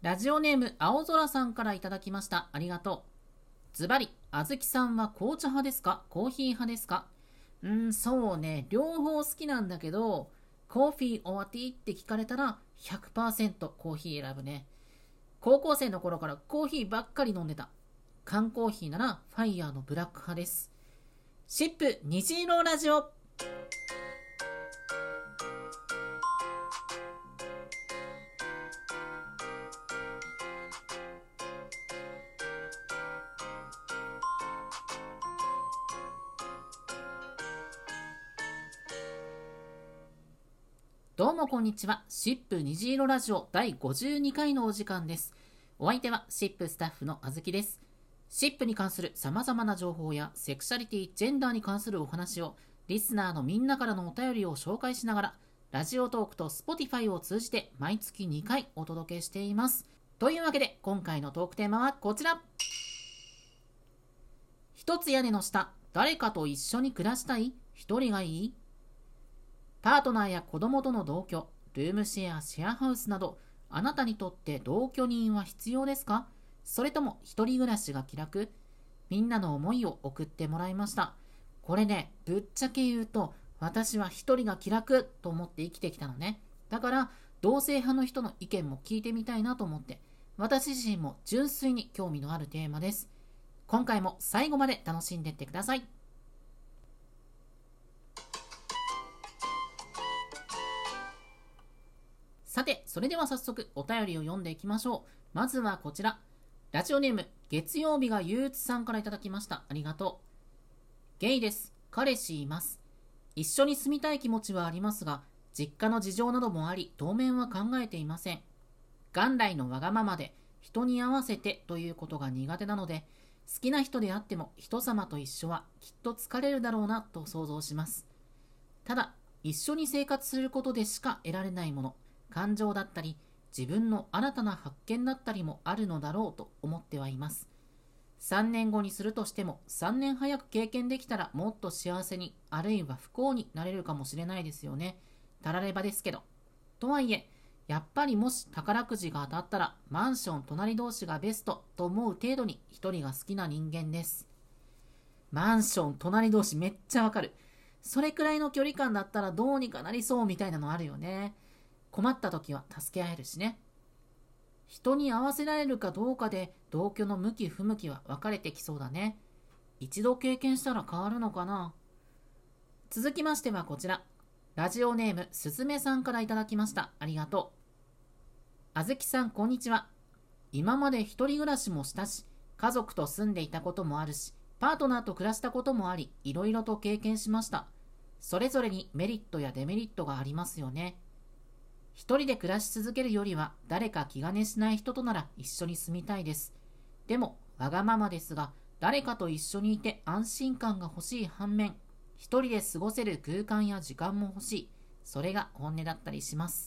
ラジオネーム青空さんからいただきました。ありがとう。ズバリ、あずきさんは紅茶派ですかコーヒー派ですか？そうね、両方好きなんだけど、コーヒーオアティーって聞かれたら100%コーヒー選ぶね。高校生の頃からコーヒーばっかり飲んでた。缶コーヒーならファイヤーのブラック派です。シップ虹色ラジオ。どうもこんにちは。シップ虹色ラジオ第52回のお時間です。お相手はシップスタッフのあずきです。シップに関する様々な情報やセクシャリティ、ジェンダーに関するお話をリスナーのみんなからのお便りを紹介しながらラジオトークと Spotify を通じて毎月2回お届けしています。というわけで今回のトークテーマはこちら。一つ屋根の下、誰かと一緒に暮らしたい？一人がいい？パートナーや子供との同居、ルームシェア、シェアハウスなど、あなたにとって同居人は必要ですか？それとも一人暮らしが気楽？みんなの思いを送ってもらいました。これね、ぶっちゃけ言うと、私は一人が気楽と思って生きてきたのね。だから、同性派の人の意見も聞いてみたいなと思って、私自身も純粋に興味のあるテーマです。今回も最後まで楽しんでいってください。さて、それでは早速お便りを読んでいきましょう。まずはこちら。ラジオネーム、月曜日が憂鬱さんからいただきました。ありがとう。ゲイです。彼氏います。一緒に住みたい気持ちはありますが、実家の事情などもあり、当面は考えていません。元来のわがままで、人に合わせてということが苦手なので、好きな人であっても人様と一緒はきっと疲れるだろうなと想像します。ただ、一緒に生活することでしか得られないもの、感情だったり自分の新たな発見だったりもあるのだろうと思ってはいます。3年後にするとしても3年早く経験できたらもっと幸せに、あるいは不幸になれるかもしれないですよね。たらればですけど。とはいえ、やっぱりもし宝くじが当たったらマンション隣同士がベストと思う程度に一人が好きな人間です。マンション隣同士めっちゃわかる。それくらいの距離感だったらどうにかなりそうみたいなのあるよね。困った時は助け合えるしね。人に合わせられるかどうかで同居の向き不向きは分かれてきそうだね。一度経験したら変わるのかな。続きましてはこちら。ラジオネームすずめさんからいただきました。ありがとう。あずきさんこんにちは。今まで一人暮らしもしたし、家族と住んでいたこともあるし、パートナーと暮らしたこともあり、いろいろと経験しました。それぞれにメリットやデメリットがありますよね。一人で暮らし続けるよりは誰か気兼ねしない人となら一緒に住みたいです。でもわがままですが、誰かと一緒にいて安心感が欲しい反面、一人で過ごせる空間や時間も欲しい。それが本音だったりします。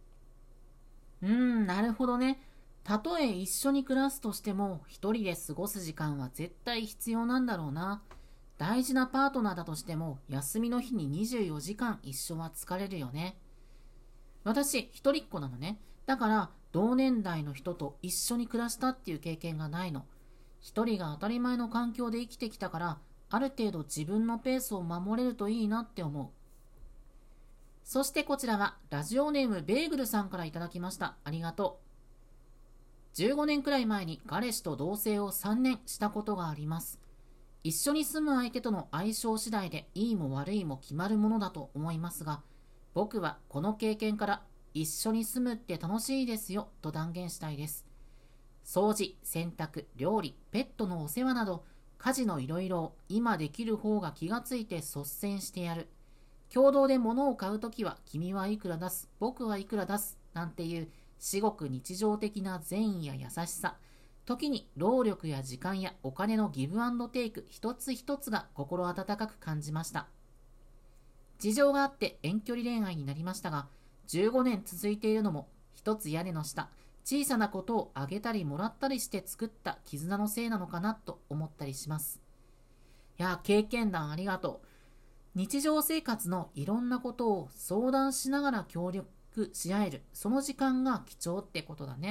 なるほどね。たとえ一緒に暮らすとしても一人で過ごす時間は絶対必要なんだろうな。大事なパートナーだとしても休みの日に24時間一緒は疲れるよね。私一人っ子なのね。だから同年代の人と一緒に暮らしたっていう経験がないの。一人が当たり前の環境で生きてきたから、ある程度自分のペースを守れるといいなって思う。そしてこちらはラジオネームベーグルさんからいただきました。ありがとう。15年くらい前に彼氏と同棲を3年したことがあります。一緒に住む相手との相性次第でいいも悪いも決まるものだと思いますが、僕はこの経験から一緒に住むって楽しいですよと断言したいです。掃除、洗濯、料理、ペットのお世話など家事のいろいろを今できる方が気がついて率先してやる。共同で物を買うときは君はいくら出す、僕はいくら出すなんていう至極日常的な善意や優しさ、時に労力や時間やお金のギブアンドテイク一つ一つが心温かく感じました。事情があって遠距離恋愛になりましたが、15年続いているのも一つ屋根の下、小さなことをあげたりもらったりして作った絆のせいなのかなと思ったりします。いや、経験談ありがとう。日常生活のいろんなことを相談しながら協力し合える、その時間が貴重ってことだね。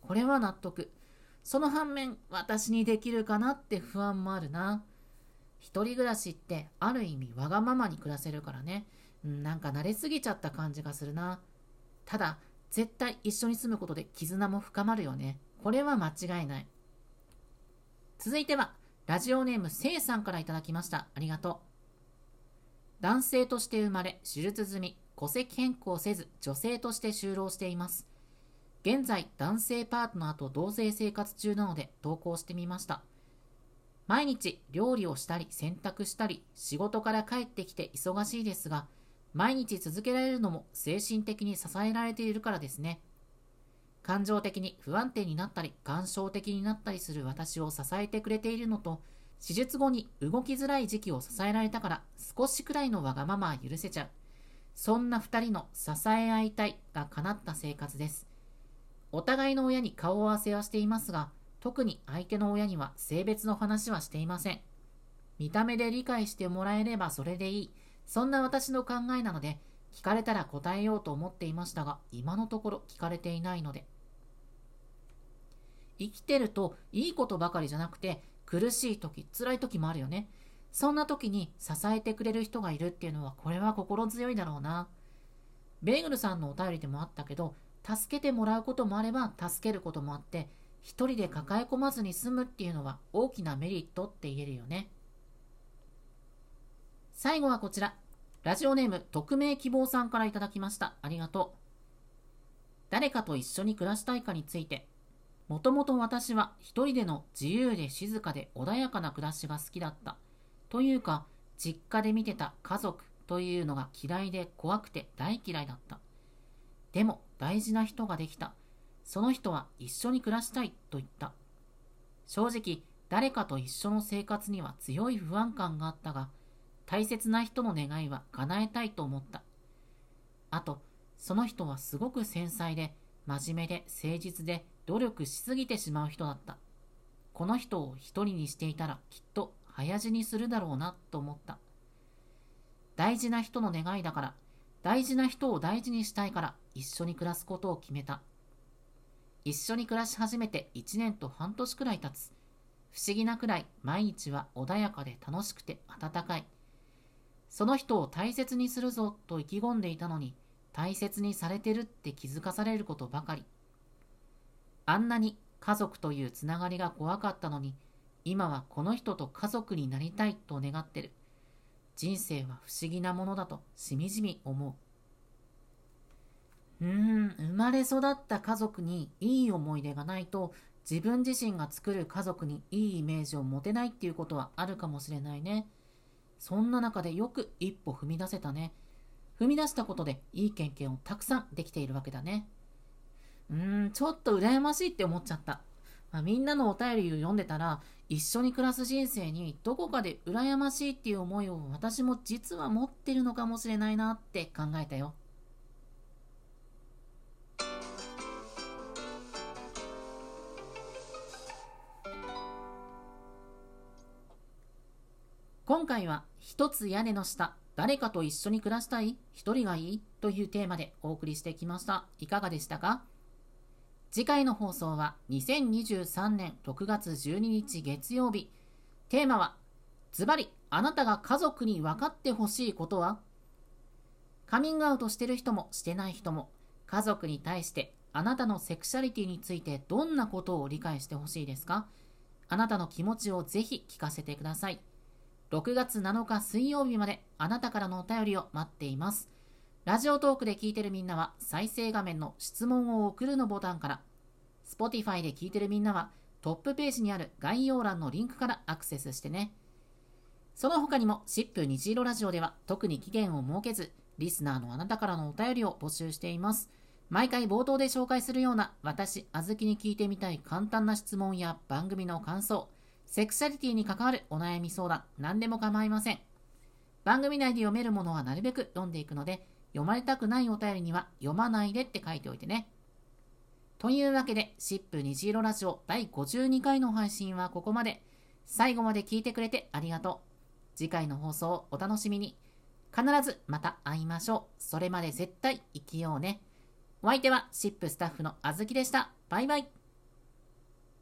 これは納得。その反面、私にできるかなって不安もあるな。一人暮らしってある意味わがままに暮らせるからね。なんか慣れすぎちゃった感じがするな。ただ、絶対一緒に住むことで絆も深まるよね。これは間違いない。続いては、ラジオネームせいさんからいただきました。ありがとう。男性として生まれ、手術済み、戸籍変更せず、女性として就労しています。現在、男性パートナーと同棲生活中なので投稿してみました。毎日料理をしたり洗濯したり仕事から帰ってきて忙しいですが、毎日続けられるのも精神的に支えられているからですね。感情的に不安定になったり感傷的になったりする私を支えてくれているのと、手術後に動きづらい時期を支えられたから少しくらいのわがままは許せちゃう。そんな二人の支え合いたいが叶った生活です。お互いの親に顔合わせはしていますが、特に相手の親には性別の話はしていません。見た目で理解してもらえればそれでいい。そんな私の考えなので、聞かれたら答えようと思っていましたが、今のところ聞かれていないので。生きてるといいことばかりじゃなくて、苦しい時、辛い時もあるよね。そんな時に支えてくれる人がいるっていうのは、これは心強いだろうな。ベーグルさんのお便りでもあったけど、助けてもらうこともあれば助けることもあって、一人で抱え込まずに済むっていうのは大きなメリットって言えるよね。最後はこちら。ラジオネーム匿名希望さんからいただきました。ありがとう。誰かと一緒に暮らしたいかについて。もともと私は一人での自由で静かで穏やかな暮らしが好きだった。というか、実家で見てた家族というのが嫌いで怖くて大嫌いだった。でも大事な人ができた。その人は一緒に暮らしたいと言った。正直、誰かと一緒の生活には強い不安感があったが、大切な人の願いは叶えたいと思った。あと、その人はすごく繊細で、真面目で誠実で努力しすぎてしまう人だった。この人を一人にしていたらきっと早死にするだろうなと思った。大事な人の願いだから、大事な人を大事にしたいから一緒に暮らすことを決めた。一緒に暮らし始めて1年と半年くらい経つ。不思議なくらい毎日は穏やかで楽しくて温かい。その人を大切にするぞと意気込んでいたのに、大切にされてるって気づかされることばかり。あんなに家族というつながりが怖かったのに、今はこの人と家族になりたいと願ってる。人生は不思議なものだとしみじみ思う。生まれ育った家族にいい思い出がないと、自分自身が作る家族にいいイメージを持てないっていうことはあるかもしれないね。そんな中でよく一歩踏み出せたね。踏み出したことでいい経験をたくさんできているわけだね。ちょっと羨ましいって思っちゃった。みんなのお便りを読んでたら、一緒に暮らす人生にどこかで羨ましいっていう思いを私も実は持ってるのかもしれないなって考えたよ。今回は一つ屋根の下、誰かと一緒に暮らしたい？一人がいい？というテーマでお送りしてきました。いかがでしたか？次回の放送は2023年6月12日月曜日。テーマは、ズバリあなたが家族に分かってほしいことは？カミングアウトしてる人もしてない人も、家族に対してあなたのセクシャリティについてどんなことを理解してほしいですか？あなたの気持ちをぜひ聞かせてください。6月7日水曜日まであなたからのお便りを待っています。ラジオトークで聞いてるみんなは再生画面の質問を送るのボタンから、Spotify で聞いてるみんなはトップページにある概要欄のリンクからアクセスしてね。その他にもシップ虹色ラジオでは特に期限を設けず、リスナーのあなたからのお便りを募集しています。毎回冒頭で紹介するような私、あずきに聞いてみたい簡単な質問や番組の感想、セクシャリティに関わるお悩み相談、何でも構いません。番組内で読めるものはなるべく読んでいくので、読まれたくないお便りには読まないでって書いておいてね。というわけで、シップ虹色ラジオ第52回の配信はここまで。最後まで聞いてくれてありがとう。次回の放送をお楽しみに。必ずまた会いましょう。それまで絶対生きようね。お相手はシップスタッフのあずきでした。バイバイ。